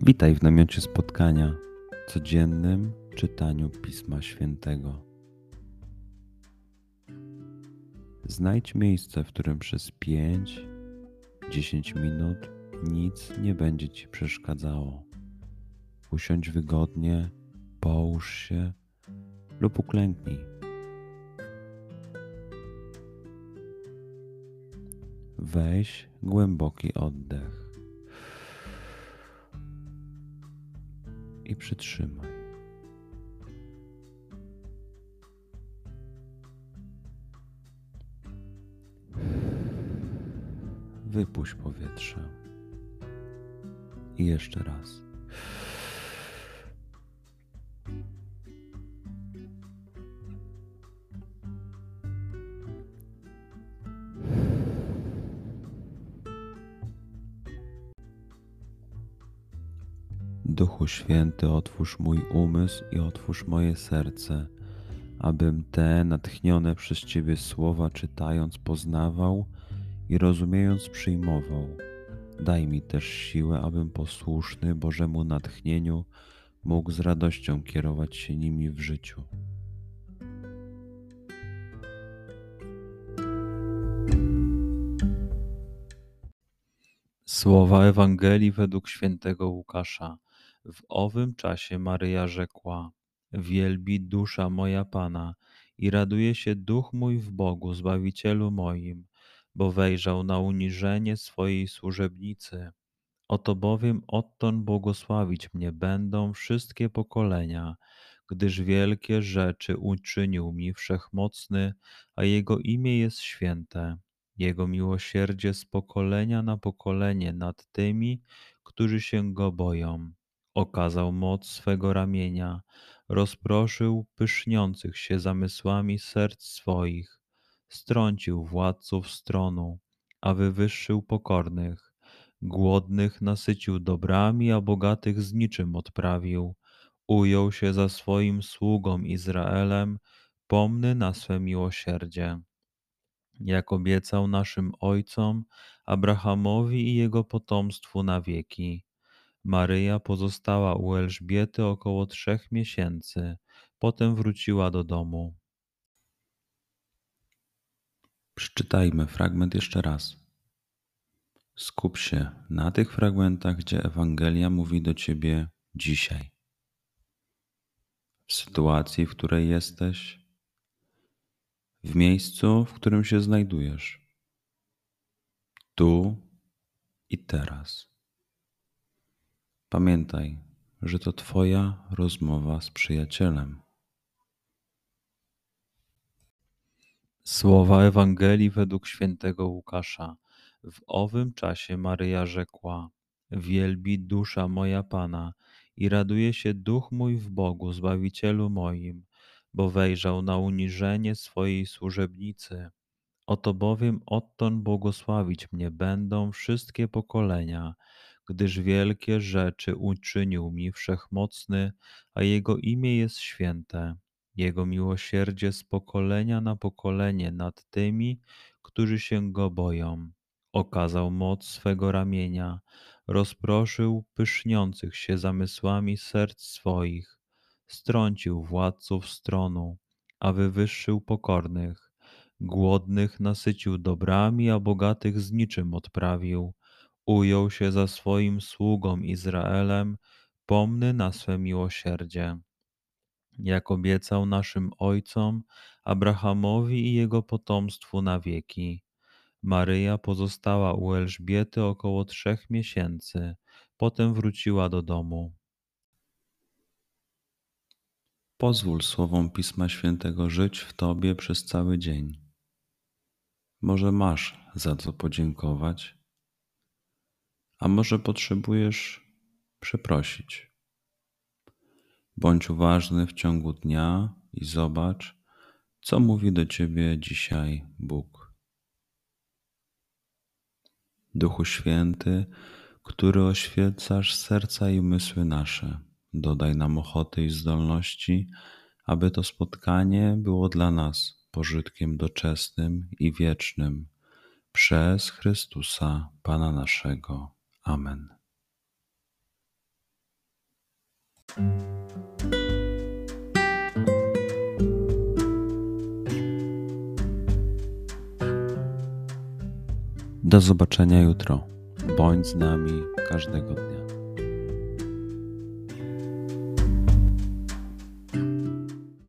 Witaj w namiocie spotkania, codziennym czytaniu Pisma Świętego. Znajdź miejsce, w którym przez 5-10 minut nic nie będzie Ci przeszkadzało. Usiądź wygodnie, połóż się lub uklęknij. Weź głęboki oddech i przytrzymaj. Wypuść powietrze. I jeszcze raz. Duchu Święty, otwórz mój umysł i otwórz moje serce, abym te natchnione przez Ciebie słowa czytając poznawał i rozumiejąc przyjmował. Daj mi też siłę, abym posłuszny Bożemu natchnieniu mógł z radością kierować się nimi w życiu. Słowa Ewangelii według świętego Łukasza. W owym czasie Maryja rzekła: Wielbi dusza moja Pana i raduje się duch mój w Bogu, Zbawicielu moim, bo wejrzał na uniżenie swojej służebnicy. Oto bowiem odtąd błogosławić mnie będą wszystkie pokolenia, gdyż wielkie rzeczy uczynił mi Wszechmocny, a Jego imię jest święte. Jego miłosierdzie z pokolenia na pokolenie nad tymi, którzy się Go boją. Okazał moc swego ramienia, rozproszył pyszniących się zamysłami serc swoich, strącił władców z tronu, a wywyższył pokornych. Głodnych nasycił dobrami, a bogatych z niczym odprawił. Ujął się za swoim sługą Izraelem, pomny na swe miłosierdzie. Jak obiecał naszym ojcom, Abrahamowi i jego potomstwu na wieki. Maryja pozostała u Elżbiety około 3 miesięcy, potem wróciła do domu. Przeczytajmy fragment jeszcze raz. Skup się na tych fragmentach, gdzie Ewangelia mówi do Ciebie dzisiaj. W sytuacji, w której jesteś, w miejscu, w którym się znajdujesz, tu i teraz. Pamiętaj, że to Twoja rozmowa z przyjacielem. Słowa Ewangelii według świętego Łukasza. W owym czasie Maryja rzekła: Wielbi dusza moja Pana i raduje się duch mój w Bogu, Zbawicielu moim, bo wejrzał na uniżenie swojej służebnicy. Oto bowiem odtąd błogosławić mnie będą wszystkie pokolenia, gdyż wielkie rzeczy uczynił mi Wszechmocny, a Jego imię jest święte. Jego miłosierdzie z pokolenia na pokolenie nad tymi, którzy się Go boją. Okazał moc swego ramienia, rozproszył pyszniących się zamysłami serc swoich, strącił władców z tronu, a wywyższył pokornych. Głodnych nasycił dobrami, a bogatych z niczym odprawił. Ujął się za swoim sługą Izraelem, pomny na swe miłosierdzie. Jak obiecał naszym ojcom, Abrahamowi i jego potomstwu na wieki. Maryja pozostała u Elżbiety około 3 miesięcy, potem wróciła do domu. Pozwól słowom Pisma Świętego żyć w Tobie przez cały dzień. Może masz za co podziękować, a może potrzebujesz przeprosić. Bądź uważny w ciągu dnia i zobacz, co mówi do Ciebie dzisiaj Bóg. Duchu Święty, który oświecasz serca i umysły nasze, dodaj nam ochoty i zdolności, aby to spotkanie było dla nas pożytkiem doczesnym i wiecznym. Przez Chrystusa, Pana naszego. Amen. Do zobaczenia jutro. Bądź z nami każdego dnia.